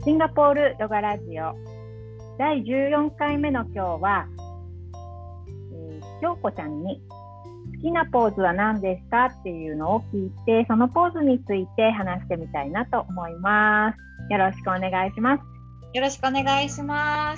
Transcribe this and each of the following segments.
シンガポールヨガラジオ第14回目の今日は、京子ちゃんに好きなポーズは何ですかっていうのを聞いて、そのポーズについて話してみたいなと思います。よろしくお願いします。 よろしくお願いします。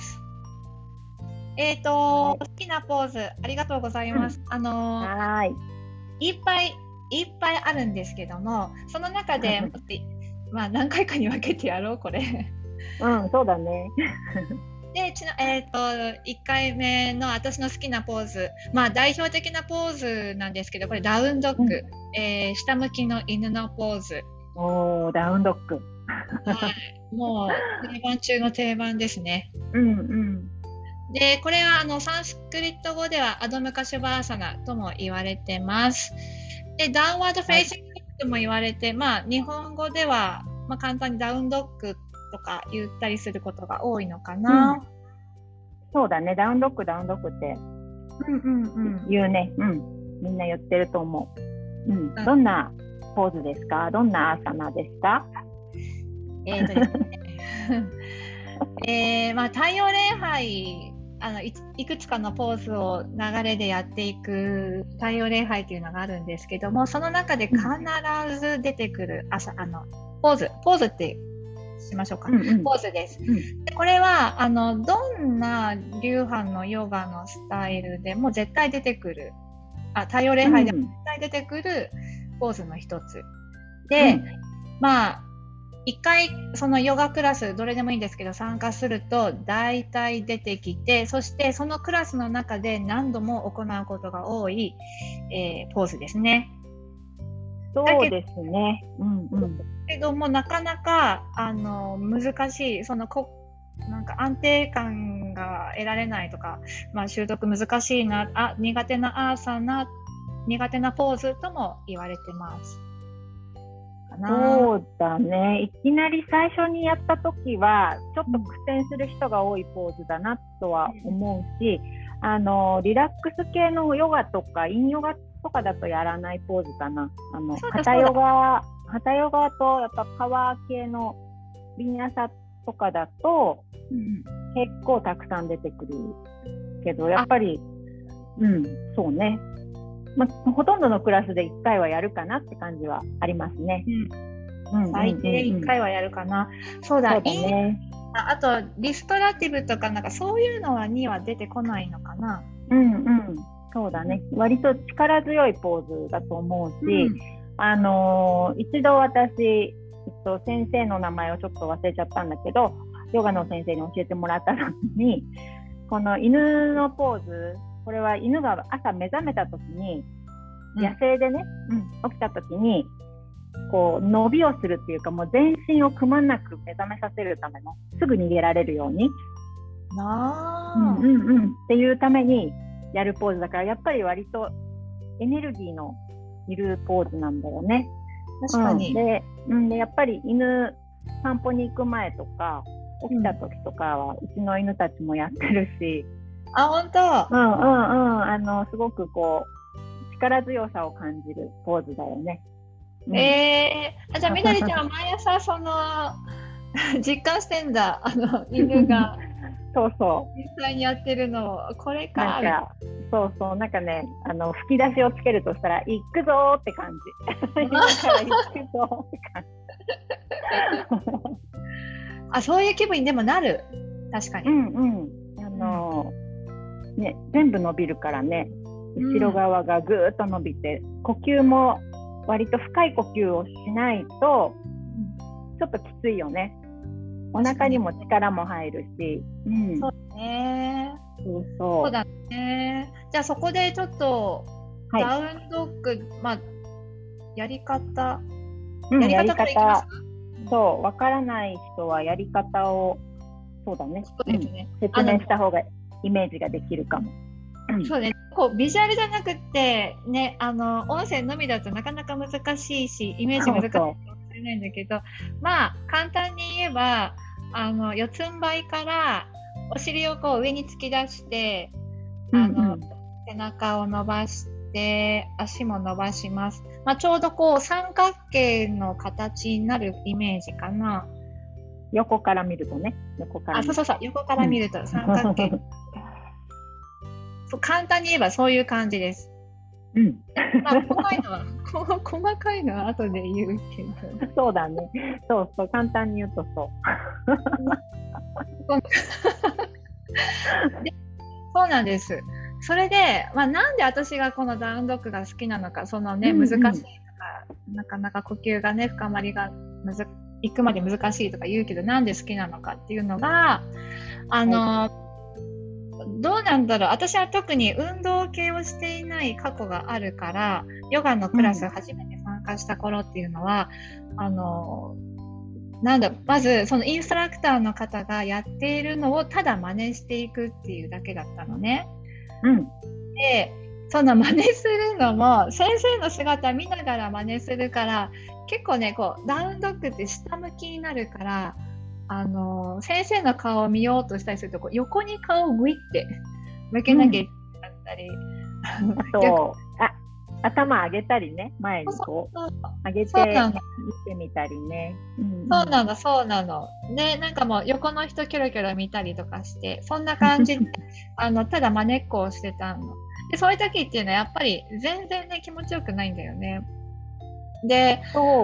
好きなポーズありがとうございます。いっぱいあるんですけども、その中で何回かに分けてやろうこれ。 そうだね。 で、1回目の私の好きなポーズ、代表的なポーズなんですけど、これダウンドッグ、下向きの犬のポーズ。 ダウンドッグ。 もう定番中の定番ですね。で、これはサンスクリット語ではアドムカシュバーサナとも言われてます。で、ダウンワードフェイシングとも言われて、日本語では、簡単にダウンドッグとか言ったりすることが多いのかな。 そうだね、ダウンドッグって言うね。みんな言ってると思う。どんなポーズですか？どんなアーサナですか？ ですね太陽礼拝、いくつかのポーズを流れでやっていく太陽礼拝というのがあるんですけども、その中で必ず出てくるポーズってしましょうか。ポーズです。でこれはどんな流派のヨガのスタイルでも絶対出てくる、太陽礼拝でも絶対出てくるポーズの一つで、一回そのヨガクラスどれでもいいんですけど参加すると大体出てきて、そしてそのクラスの中で何度も行うことが多い、ポーズですね。 そうですね。 けどもなかなか難しい、なんか安定感が得られないとか、習得難しいな、苦手なアーサナ、苦手なポーズとも言われてます。 そうだね。いきなり最初にやった時はちょっと苦戦する人が多いポーズだなとは思うし、リラックス系のヨガとかインヨガとかだとやらないポーズかな。ハタヨガとやっぱパワー系のビニャサとかだと、結構たくさん出てくるけど、やっぱりそうね。ほとんどのクラスで1回はやるかなって感じはありますね。 最低1回はやるかな。そうだね。あとリストラティブとかなんかそういうのには出てこないのかな。 そうだね。割と力強いポーズだと思うし、一度私、先生の名前をちょっと忘れちゃったんだけど、ヨガの先生に教えてもらったのに、この犬のポーズ、これは犬が朝目覚めた時に、野生でね、起きた時にこう伸びをするっていうか、もう全身をくまなく目覚めさせるための、すぐ逃げられるようにっていうためにやるポーズだから、やっぱり割とエネルギーのいるポーズなんだよね。 確かに。 でやっぱり犬散歩に行く前とか起きた時とかは、うちの犬たちもやってるし、 本当。 すごくこう力強さを感じるポーズだよね。 じゃあみどりちゃんは毎朝実感してんだ、犬がそう実際にやってるのを、これかなんかね、吹き出しをつけるとしたら、行くぞーって感じ。今から行くぞーって感じ。 そういう気分にでもなる。確かに。 全部伸びるからね、後ろ側がぐーっと伸びて、呼吸も割と深い呼吸をしないとちょっときついよね。お腹にも力も入るし。 そうだね。 そうだね。じゃあそこでちょっと、ダウンドッグ、やり方からいきますか？ そう、わからない人はやり方を、そうだね、説明した方がイメージができるかも。 そうね、ビジュアルじゃなくてね、音声のみだとなかなか難しいし、イメージ難しいかもしれないんだけど、簡単に言えば、四つん這いからお尻を上に突き出して、背中を伸ばして足も伸ばします。ちょうど三角形の形になるイメージかな。 横から見るとね。 そうそうそう、横から見ると三角形。そう簡単に言えばそういう感じです。まあ、細かいのは後で言うけど。 そうだね。そうそう、簡単に言うとそう。 そうなんです。それで、なんで私がこのダウンドッグが好きなのか、そのね、難しいとか、なかなか呼吸がね、深まりが行くまで難しいとか言うけど、なんで好きなのかっていうのが、どうなんだろう。私は特に運動系をしていない過去があるから、ヨガのクラス初めて参加した頃っていうのは、まずそのインストラクターの方がやっているのをただ真似していくっていうだけだったのね。で、その真似するのも先生の姿見ながら真似するから、結構ね、こうダウンドッグって下向きになるから、先生の顔を見ようとしたりすると、横に顔をグイって向けなきゃいけなかったり、 頭上げたりね、前にこう上げて見てみたりね。 そうなの。で、なんかもう横の人キョロキョロ見たりとかして、そんな感じでただ真似っこをしてたの。で、そういう時っていうのはやっぱり全然ね、気持ちよくないんだよね。で、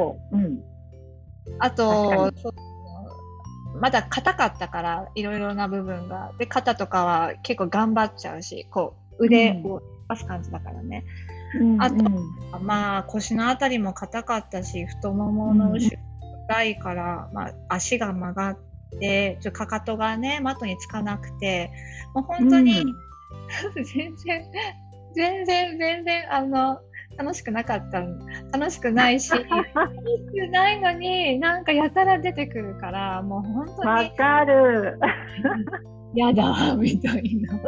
あと、まだ硬かったから、いろいろな部分が。で、肩とかは結構頑張っちゃうし、こう、腕を出す感じだからね。あと、腰のあたりも硬かったし、太ももの後ろ深いから、足が曲がって、かかとがね、マットにつかなくて、もう本当に、全然、楽しくなかった。楽しくないし、楽しくないのに、なんかやたら出てくるから、もう本当に。 わかる。 やだ、みたいな。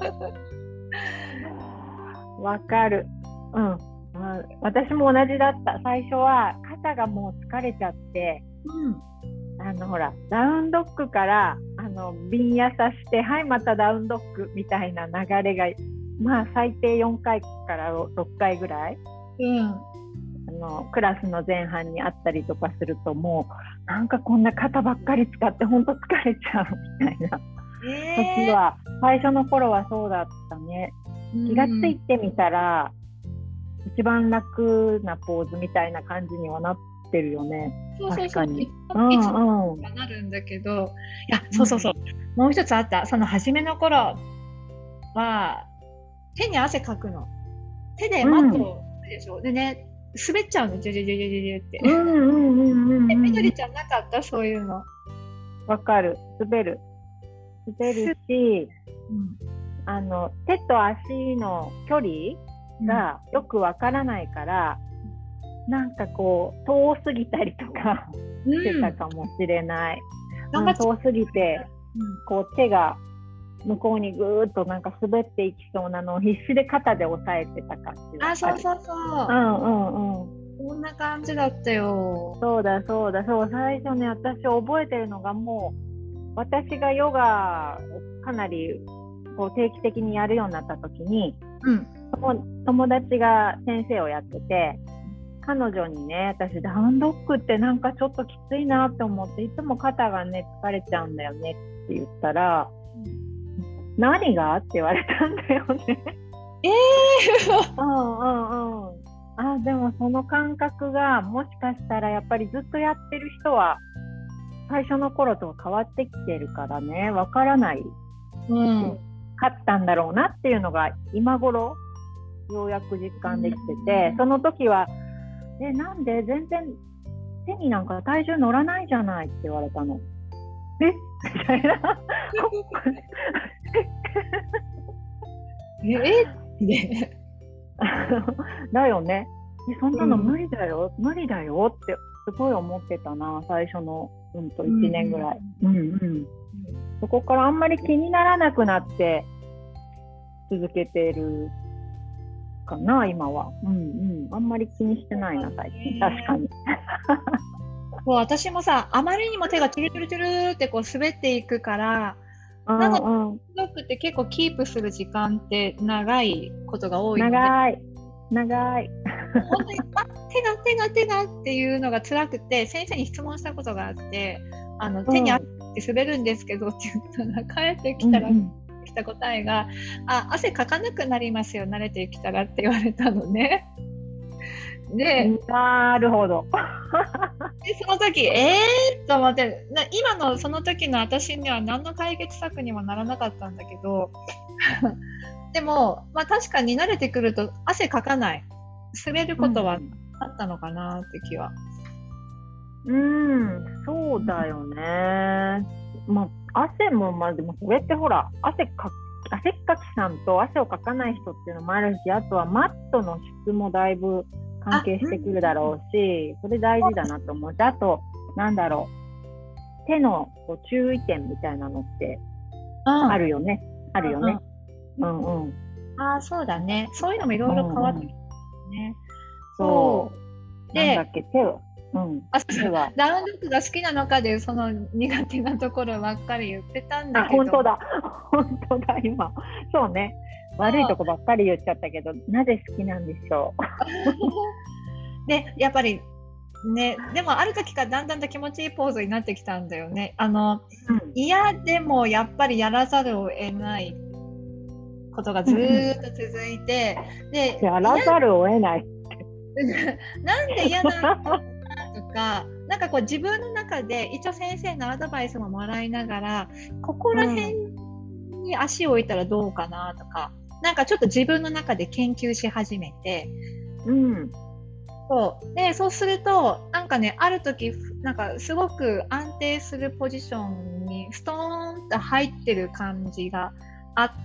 わかる。私も同じだった。最初は肩がもう疲れちゃって、ほら、ダウンドッグから瓶やさして、はい、またダウンドッグみたいな流れが、最低4回から6回ぐらい、クラスの前半にあったりとかすると、もうなんかこんな肩ばっかり使って本当疲れちゃうみたいな時は、最初の頃はそうだったね。気がついてみたら一番楽なポーズみたいな感じにはなってるよね。確かに。いつもなるんだけど、いや、そう。もう一つあった。その初めの頃は手に汗かくの。手でマットをでしょ。でね、滑っちゃうの、ジュジュジュジュジュって。みどりちゃんなかった？そういうの。 わかる。滑るし、手と足の距離がよくわからないから、なんかこう遠すぎたりとかしてたかもしれない。遠すぎて、こう手が向こうにぐーっとなんか滑っていきそうなのを必死で肩で押さえてた感じがある。 そう。こんな感じだったよ。 そう、最初ね、私覚えてるのが、もう私がヨガをかなりこう定期的にやるようになった時に、友達が先生をやってて、彼女にね、私ダウンドッグってなんかちょっときついなって思って、いつも肩がね疲れちゃうんだよねって言ったら、何がって言われたんだよね。でもその感覚がもしかしたらやっぱりずっとやってる人は最初の頃とは変わってきてるからね、わからない、かったんだろうなっていうのが今頃ようやく実感できてて、その時はなんで全然手になんか体重乗らないじゃないって言われたの。みたいな。だよね。そんなの無理だよってすごい思ってたな、最初の1年ぐらい。そこからあんまり気にならなくなって続けてるかな、今は。あんまり気にしてないな、最近。確かに。 もう私もさ、あまりにも手がチュルチュルチュルってこう滑っていくから、なんかドッグって結構キープする時間って長いことが多いので、 長い。 本当に手がっていうのが辛くて、先生に質問したことがあって、 手に汗って滑るんですけどって言ったら、帰ってきたら、来た答えが、汗かかなくなりますよ、慣れてきたらって言われたのね。で、 なるほど。 でその時、と思って、今のその時の私には何の解決策にもならなかったんだけど、でも、確かに慣れてくると汗かかない。滑ることはあったのかなって気は。 そうだよね。汗も、でもそれってほら、汗っかきさんと汗をかかない人っていうのもあるし、あとはマットの質もだいぶ関係してくるだろうし、それ大事だなと思うし、あと、手の注意点みたいなのってあるよね。あるよね。 そうだね。そういうのもいろいろ変わってきてね。 そう。 で、 なんだっけ、手は。 ダウンドッグが好きなのかで、その苦手なところばっかり言ってたんだけど。 本当だ、今。そうね。悪いとこばっかり言っちゃったけど、なぜ好きなんでしょう。で、やっぱり、ね、でもある時からだんだんと気持ちいいポーズになってきたんだよね。嫌でもやっぱりやらざるを得ないことがずーっと続いて、で、 やらざるを得ない。 なんで嫌なんだとか、自分の中で一応先生のアドバイスももらいながら、ここら辺に足を置いたらどうかなとか、ちょっと自分の中で研究し始めて、そうするとある時すごく安定するポジションにストーンと入ってる感じがあって、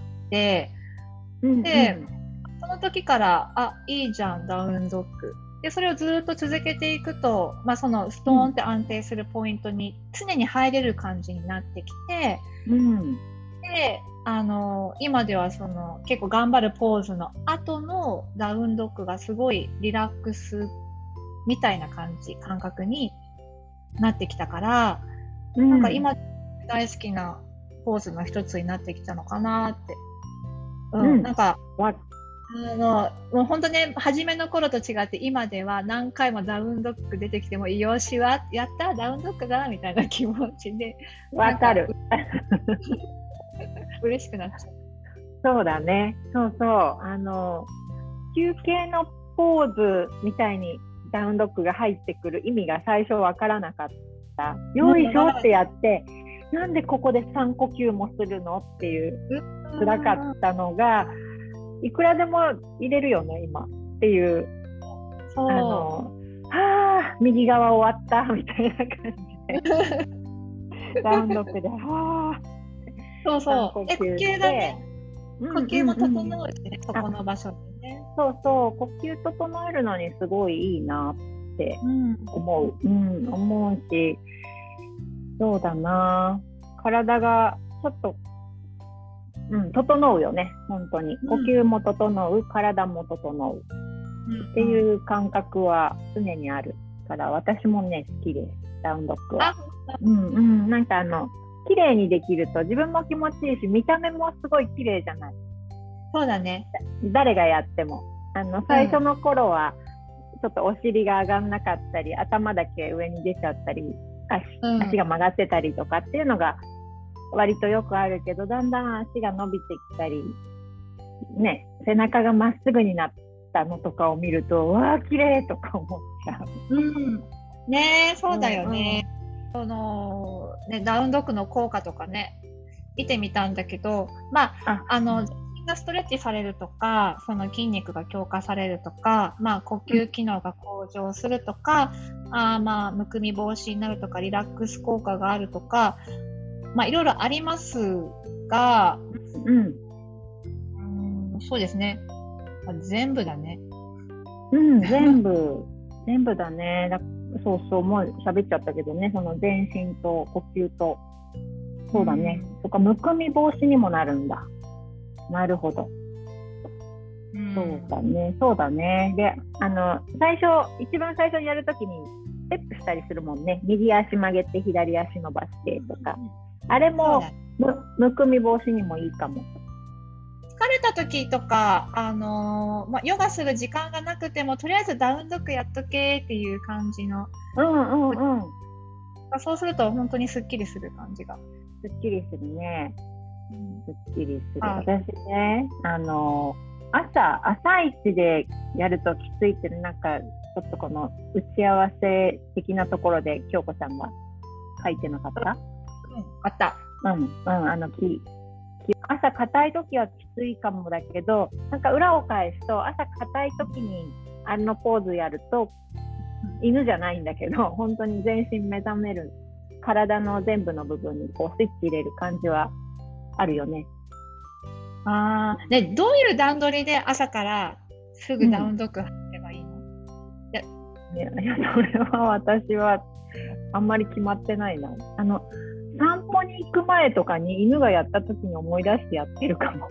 で、その時からいいじゃんダウンドッグで、それをずっと続けていくと、そのストーンって安定するポイントに常に入れる感じになってきて、で今では結構頑張るポーズの後のダウンドッグがすごいリラックスみたいな感覚になってきたから、今大好きなポーズの一つになってきたのかなって。もう本当ね、初めの頃と違って今では何回もダウンドッグ出てきても、よしはやったダウンドッグだみたいな気持ちでわかる。 嬉しくなっちゃう。 そうだね。そう休憩のポーズみたいにダウンドッグが入ってくる意味が最初わからなかった。よいしょってやって、なんでここで3呼吸もするのっていう辛かったのが、いくらでも入れるよね今っていう。右側終わったみたいな感じでダウンドッグで呼吸がね、呼吸も整うしね、そこの場所にね。 呼吸整えるのにすごいいいなって思うし、そうだな、体がちょっと整うよね、本当に。呼吸も整う、体も整うっていう感覚は常にあるから、私もね好きです、ダウンドッグは。綺麗にできると自分も気持ちいいし、見た目もすごい綺麗じゃない。 そうだね。 誰がやっても最初の頃はちょっとお尻が上がんなかったり、頭だけ上に出ちゃったり、足が曲がってたりとかっていうのが割とよくあるけど、だんだん足が伸びてきたりね、背中がまっすぐになったのとかを見ると、わあ綺麗とか思っちゃう。 ねえ、そうだよね。ダウンドッグの効果とかね、見てみたんだけど、全身がストレッチされるとか、その筋肉が強化されるとか、呼吸機能が向上するとか、むくみ防止になるとか、リラックス効果があるとか、いろいろありますが、そうですね。全部だね。 全部だね。もう喋っちゃったけどね、その全身と呼吸と、そうだね。むくみ防止にもなるんだ。なるほど。そうだね。で、一番最初にやるときにステップしたりするもんね。右足曲げて左足伸ばしてとか。あれもむくみ防止にもいいかも。 疲れた時とか、ヨガする時間がなくても、とりあえずダウンドッグやっとけっていう感じの、 そうすると本当にすっきりする感じが。 すっきりするね。すっきりする。 あ私ね、朝一でやるときついって、なんかちょっとこの打ち合わせ的なところで京子さんが書いてなかった？ あった。 朝硬い時はきついかもだけど、なんか裏を返すと朝硬い時にあのポーズやると、犬じゃないんだけど本当に全身目覚める、体の全部の部分にこうスイッチ入れる感じはあるよね。 で、どういう段取りで朝からすぐダウンドッグ入ればいいの？ いや、それは私はあんまり決まってないな。散歩に行く前とかに犬がやった時に思い出してやってるかも。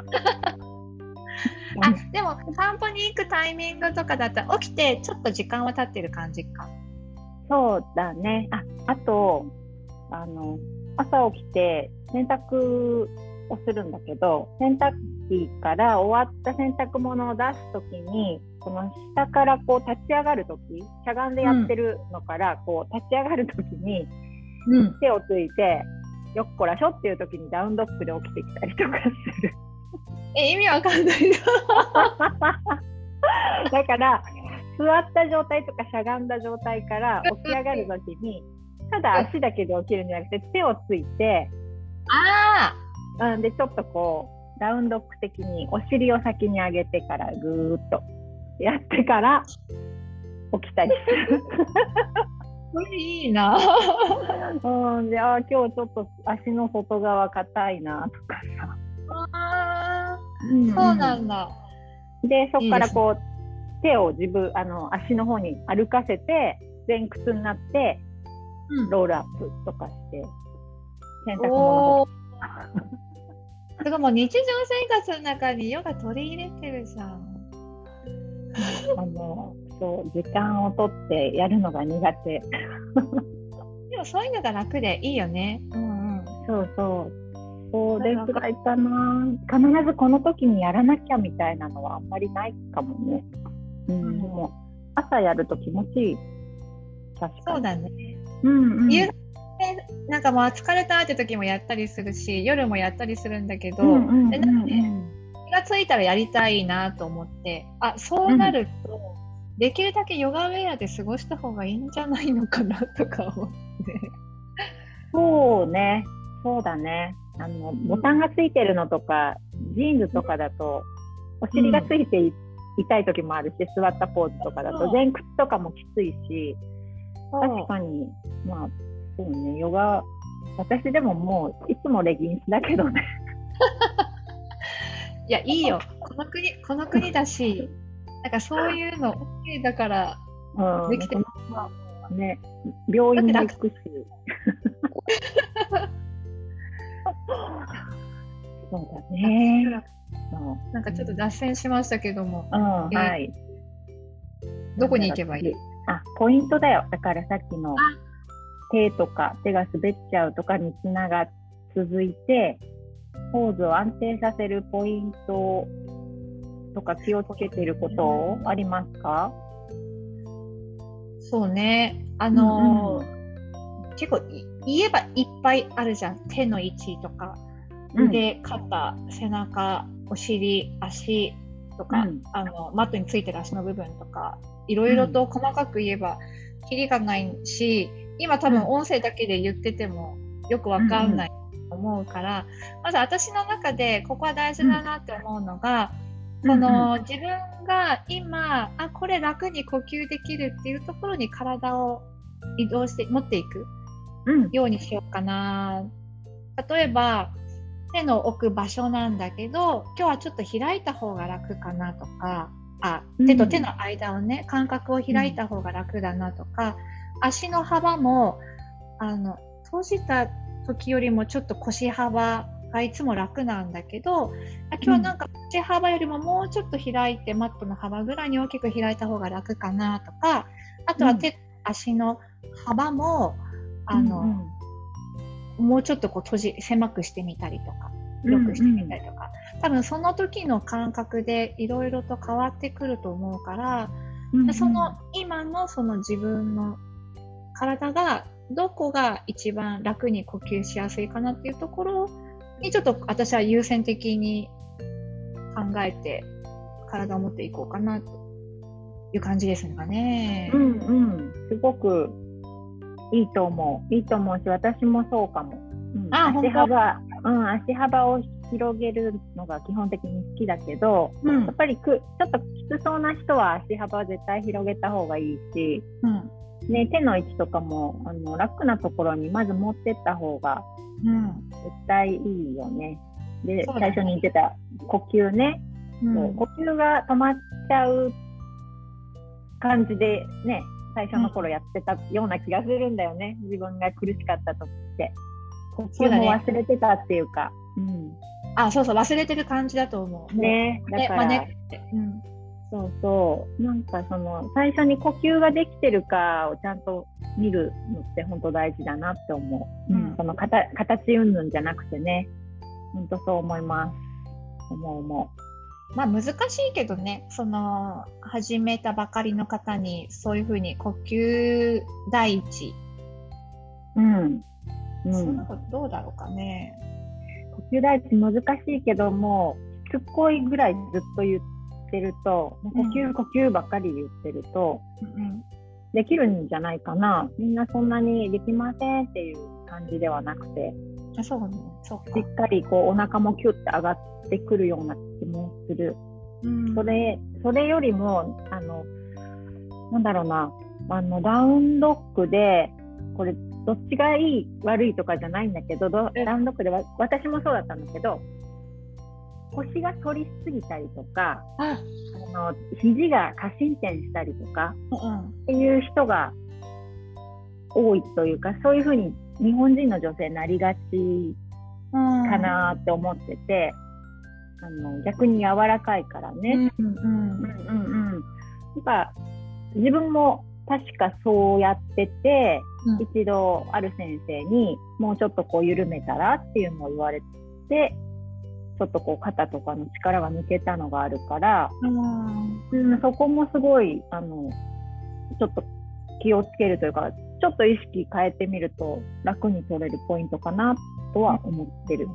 でも散歩に行くタイミングとかだったら起きてちょっと時間は経ってる感じか。 そうだね。あと朝起きて洗濯をするんだけど、洗濯機から終わった洗濯物を出すときに、この下からこう立ち上がるとき、しゃがんでやってるのから、こう立ち上がるときに、手をついてよっこらしょっていうときにダウンドッグで起きてきたりとかする。 意味わかんないだから座った状態とかしゃがんだ状態から起き上がるときに、ただ足だけで起きるんじゃなくて手をついて、でちょっとこうダウンドッグ的にお尻を先に上げてからぐーっとやってから起きたりする。 これいいな。 で今日ちょっと足の外側硬いなとかさ。 そうなんだ。 でそこからこう手を足の方に歩かせて前屈になって、ロールアップとかして洗濯物をすごい、もう日常生活の中にヨガ取り入れてるじゃん。 そう時間を取ってやるのが苦手。 でもそういうのが楽でいいよね。 そうれくらいかな。必ずこの時にやらなきゃみたいなのはあんまりないかもね。でも朝やると気持ちいい。確かに。そうだね。 なんかもう疲れたって時もやったりするし、夜もやったりするんだけど、気がついたらやりたいなと思って、そうなると、できるだけヨガウェアで過ごした方がいいんじゃないのかなとか思って。 そうね、そうだね。ボタンがついてるのとか、ジーンズとかだとお尻がついて痛い時もあるし、座ったポーズとかだと前屈とかもきついし、確かにそうね、ヨガ、私でももういつもレギンスだけどね。いや、いいよ。この国だし、なんかそういうの OK だからできてる。 ね、病院に行くし。そうだね。 なんかちょっと脱線しましたけども。どこに行けばいい？ ポイントだよ。だからさっきの手が滑っちゃうとかにつなが続いて、ポーズを安定させるポイントとか気をつけていることありますか？ そうね。結構言えばいっぱいあるじゃん。手の位置とか、腕、肩、背中、お尻、足とか、マットについてる足の部分とか、いろいろと細かく言えばキリがないし、今多分音声だけで言っててもよくわかんないと思うから、まず私の中でここは大事だなって思うのが、自分が今これ楽に呼吸できるっていうところに体を移動して持っていくようにしようかな。例えば手の置く場所なんだけど、今日はちょっと開いた方が楽かなとか、手と手の間をね、間隔を開いた方が楽だなとか、足の幅も閉じた時よりもちょっと腰幅がいつも楽なんだけど、今日はなんか腰幅よりももうちょっと開いて、マットの幅ぐらいに大きく開いた方が楽かなとか、あとは足の幅ももうちょっとこう狭くしてみたりとか広くしてみたりとか、多分その時の感覚でいろいろと変わってくると思うから、その今のその自分の体がどこが一番楽に呼吸しやすいかなっていうところにちょっと私は優先的に考えて体を持っていこうかなという感じですかね。 うんうん、すごくいいと思う。いいと思うし、私もそうかも。足幅を広げるのが基本的に好きだけど、やっぱりちょっときつそうな人は足幅は絶対広げた方がいいし、ね、手の位置とかも楽なところにまず持ってった方が絶対いいよね。で、最初に言ってた呼吸ね、呼吸が止まっちゃう感じでね、最初の頃やってたような気がするんだよね。自分が苦しかった時って呼吸も忘れてたっていうか、 そうそう、忘れてる感じだと思うね。だから、そうそうなんか最初に呼吸ができてるかをちゃんと見るのって本当大事だなって思う。その形云々じゃなくてね、本当そう思います。思う。 難しいけどね、始めたばかりの方にそういうふうに呼吸第一、そんなことどうだろうかね。 呼吸第一難しいけども、しつこいぐらいずっと言ってると、呼吸ばっかり言ってると、できるんじゃないかな。みんなそんなにできませんっていう感じではなくて、 そうね、そうか。 しっかりお腹もキュッて上がってくるような気もする。それよりもなんだろうな、ダウンドッグでこれどっちがいい悪いとかじゃないんだけど、ダウンドッグでは私もそうだったんだけど、腰が反りすぎたりとか、肘が過伸展したりとか、っていう人が多いというか、そういうふうに日本人の女性なりがちかなって思ってて、逆に柔らかいからね。なんか自分も確かそうやってて、一度ある先生にもうちょっと緩めたらっていうのを言われて、ちょっと肩とかの力が抜けたのがあるから、そこもすごいちょっと気をつけるというか、ちょっと意識変えてみると楽に取れるポイントかなとは思ってる。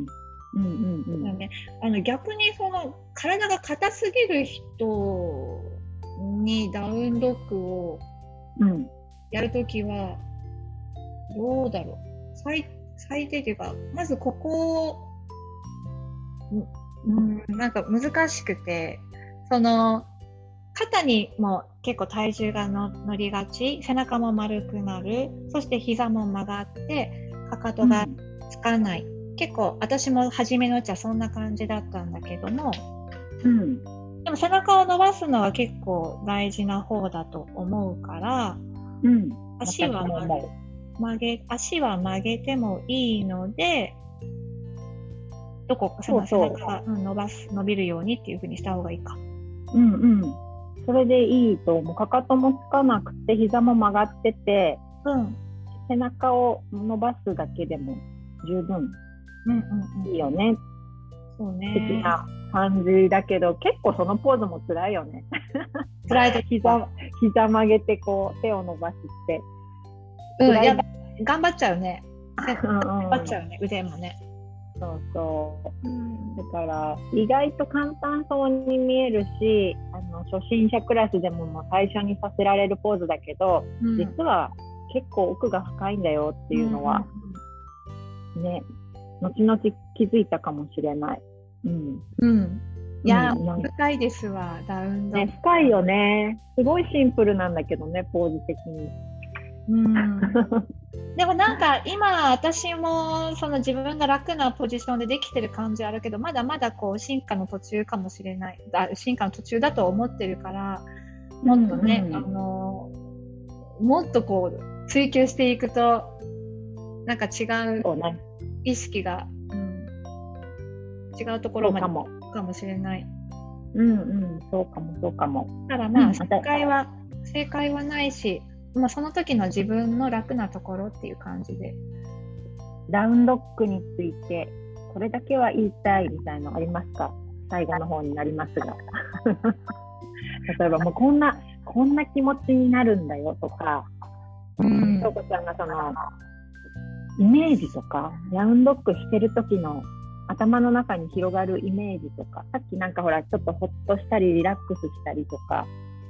逆に体が硬すぎる人にダウンドッグをやるときはどうだろう。最低というか、まずここなんか難しくて、肩にも結構体重が乗りがち、背中も丸くなる、そして膝も曲がってかかとがつかない、結構私も初めのうちはそんな感じだったんだけども、でも背中を伸ばすのは結構大事な方だと思うから、足は曲げてもいいので、どこか背中が伸びるようにっていう風にした方がいいか。 それでいいと思う。かかともつかなくて膝も曲がってて、背中を伸ばすだけでも十分いいよね。 そうね。 的な感じだけど、結構そのポーズも辛いよね。 辛いと膝曲げて手を伸ばして。 頑張っちゃうね。頑張っちゃうね、腕もね。 そうそう。だから意外と簡単そうに見えるし、初心者クラスでも最初にさせられるポーズだけど、実は結構奥が深いんだよっていうのは、ね、後々気づいたかもしれない。 いや、深いですわ、ダウンドッグ。 深いよね。すごいシンプルなんだけどね、ポーズ的に。 でもなんか今私も自分が楽なポジションでできてる感じはあるけど、まだまだ進化の途中かもしれない。進化の途中だと思ってるから、もっとね、もっと追求していくとなんか違う意識が、違うところまで行くかもしれない。 そうかも。 だから正解はないし、その時の自分の楽なところっていう感じで。 ダウンドッグについてこれだけは言いたいみたいなのありますか？最後の方になりますが例えばもうこんな気持ちになるんだよとか、 京子ちゃんがそのイメージとか、ダウンドッグしてる時の頭の中に広がるイメージとか、さっきなんかほらちょっとほっとしたりリラックスしたりとか、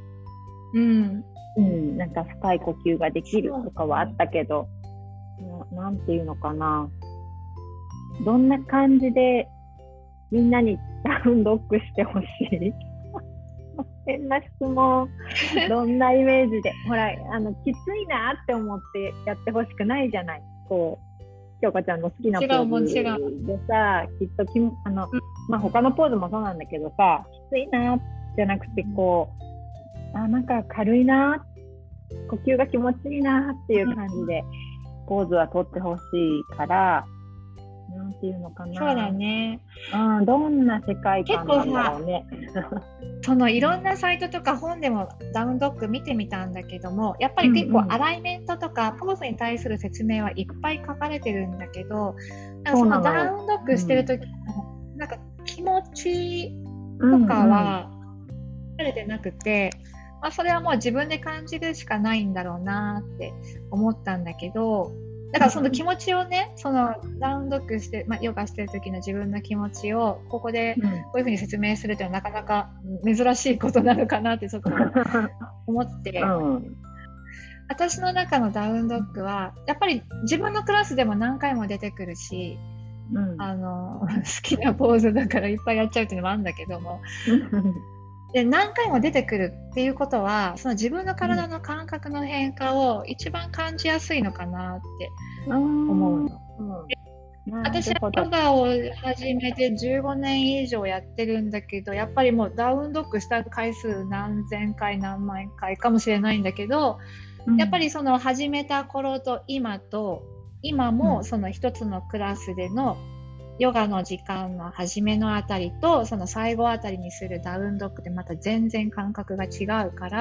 なんか深い呼吸ができるとかはあったけど、なんていうのかな、どんな感じでみんなにダウンドッグしてほしい変な質問。どんなイメージで、ほらきついなって思ってやってほしくないじゃない。こう京子ちゃんの好きなポーズでさ、きっと他のポーズもそうなんだけどさ、きついなじゃなくて、こうなんか軽いな、呼吸が気持ちいいなっていう感じでポーズは取ってほしいから、なんていうのかな。 そうだね。 どんな世界観なんだろうね。 そのいろんなサイトとか本でもダウンドッグ見てみたんだけども、やっぱり結構アライメントとかポーズに対する説明はいっぱい書かれてるんだけど、なんかそのダウンドッグしてる時のなんか気持ちとかは書かれてなくて、それはもう自分で感じるしかないんだろうなって思ったんだけど、だからその気持ちをね、そのダウンドッグして、ヨガしてる時の自分の気持ちをここでこういうふうに説明するというのはなかなか珍しいことなのかなってちょっと思って、私の中のダウンドッグはやっぱり自分のクラスでも何回も出てくるし、好きなポーズだからいっぱいやっちゃうっていうのもあるんだけどもで何回も出てくるっていうことは、その自分の体の感覚の変化を一番感じやすいのかなって思うの。私はヨガを始めて15年以上やってるんだけど、やっぱりもうダウンドッグした回数何千回何万回かもしれないんだけど、やっぱりその始めた頃と今もその一つのクラスでのヨガの時間の初めのあたりとその最後あたりにするダウンドッグでまた全然感覚が違うから、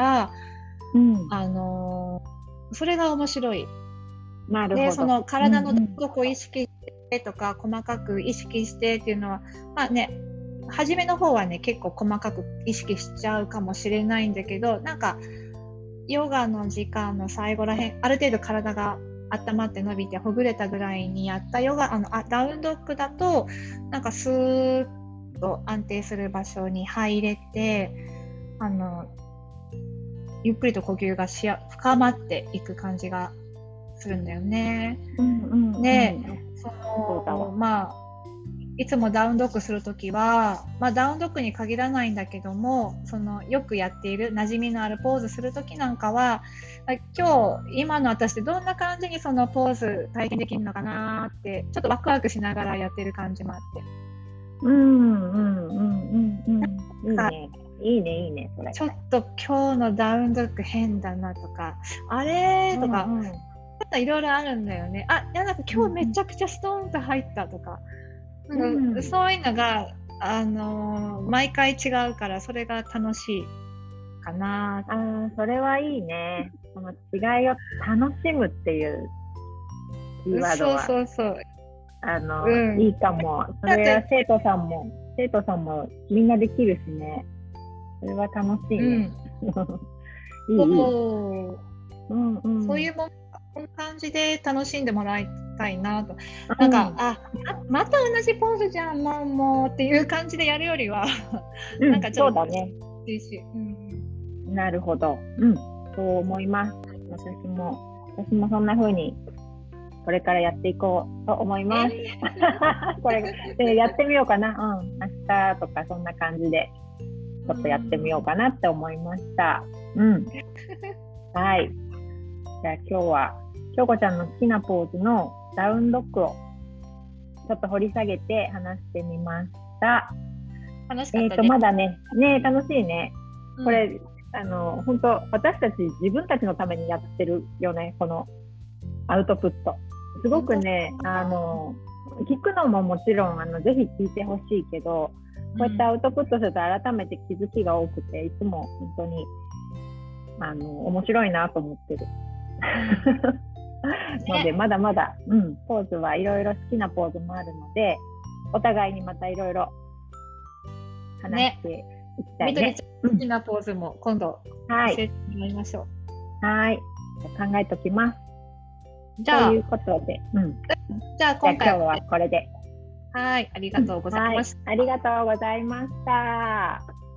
それが面白い。 なるほど。 でその体のどこを意識してとか、細かく意識してっていうのは初めの方はね結構細かく意識しちゃうかもしれないんだけど、なんかヨガの時間の最後らへん、ある程度体が温まって伸びてほぐれたぐらいにやったヨガダウンドッグだとなんかスーッと安定する場所に入れてゆっくりと呼吸が深まっていく感じがするんだよね。で、いつもダウンドッグするときは、ダウンドッグに限らないんだけども、そのよくやっている馴染みのあるポーズするときなんかは、今の私ってどんな感じにそのポーズ体験できるのかなってちょっとワクワクしながらやってる感じもあって、 いいねそれ。 ちょっと今日のダウンドッグ変だなとか、あれとか、いろいろあるんだよね。なんか今日めちゃくちゃストーンと入ったとか、そういうのが毎回違うからそれが楽しいかな。 それはいいね。その違いを楽しむっていうキーワードは、いいかも。それは生徒さんもみんなできるしね。それは楽しいね。 そういうものこんな感じで楽しんでもらいたいなと。なんか、また同じポーズじゃんもうっていう感じでやるよりはなんかちょっとそうだね。なるほど。そう思います。私もそんな風にこれからやっていこうと思います。これやってみようかな。明日とかそんな感じでちょっとやってみようかなって思いました。はい。じゃあ今日は京子ちゃんの好きなポーズのダウンドッグをちょっと掘り下げて話してみました。 楽しかったね。 まだね楽しいね。これ本当私たち自分たちのためにやってるよね、このアウトプット。すごくね聞くのももちろんぜひ聞いてほしいけど、こうやってアウトプットすると改めて気づきが多くて、いつも本当に面白いなと思ってる。のでまだまだ、ポーズはいろいろ好きなポーズもあるので、お互いにまたいろいろ話していきたいね。 みどりちゃん好きなポーズも今度教えてもらいましょう。 はい。 考えときます。 じゃあ、 ということで、 じゃあ今回今日はこれで。 はい、ありがとうございました。 ありがとうございました。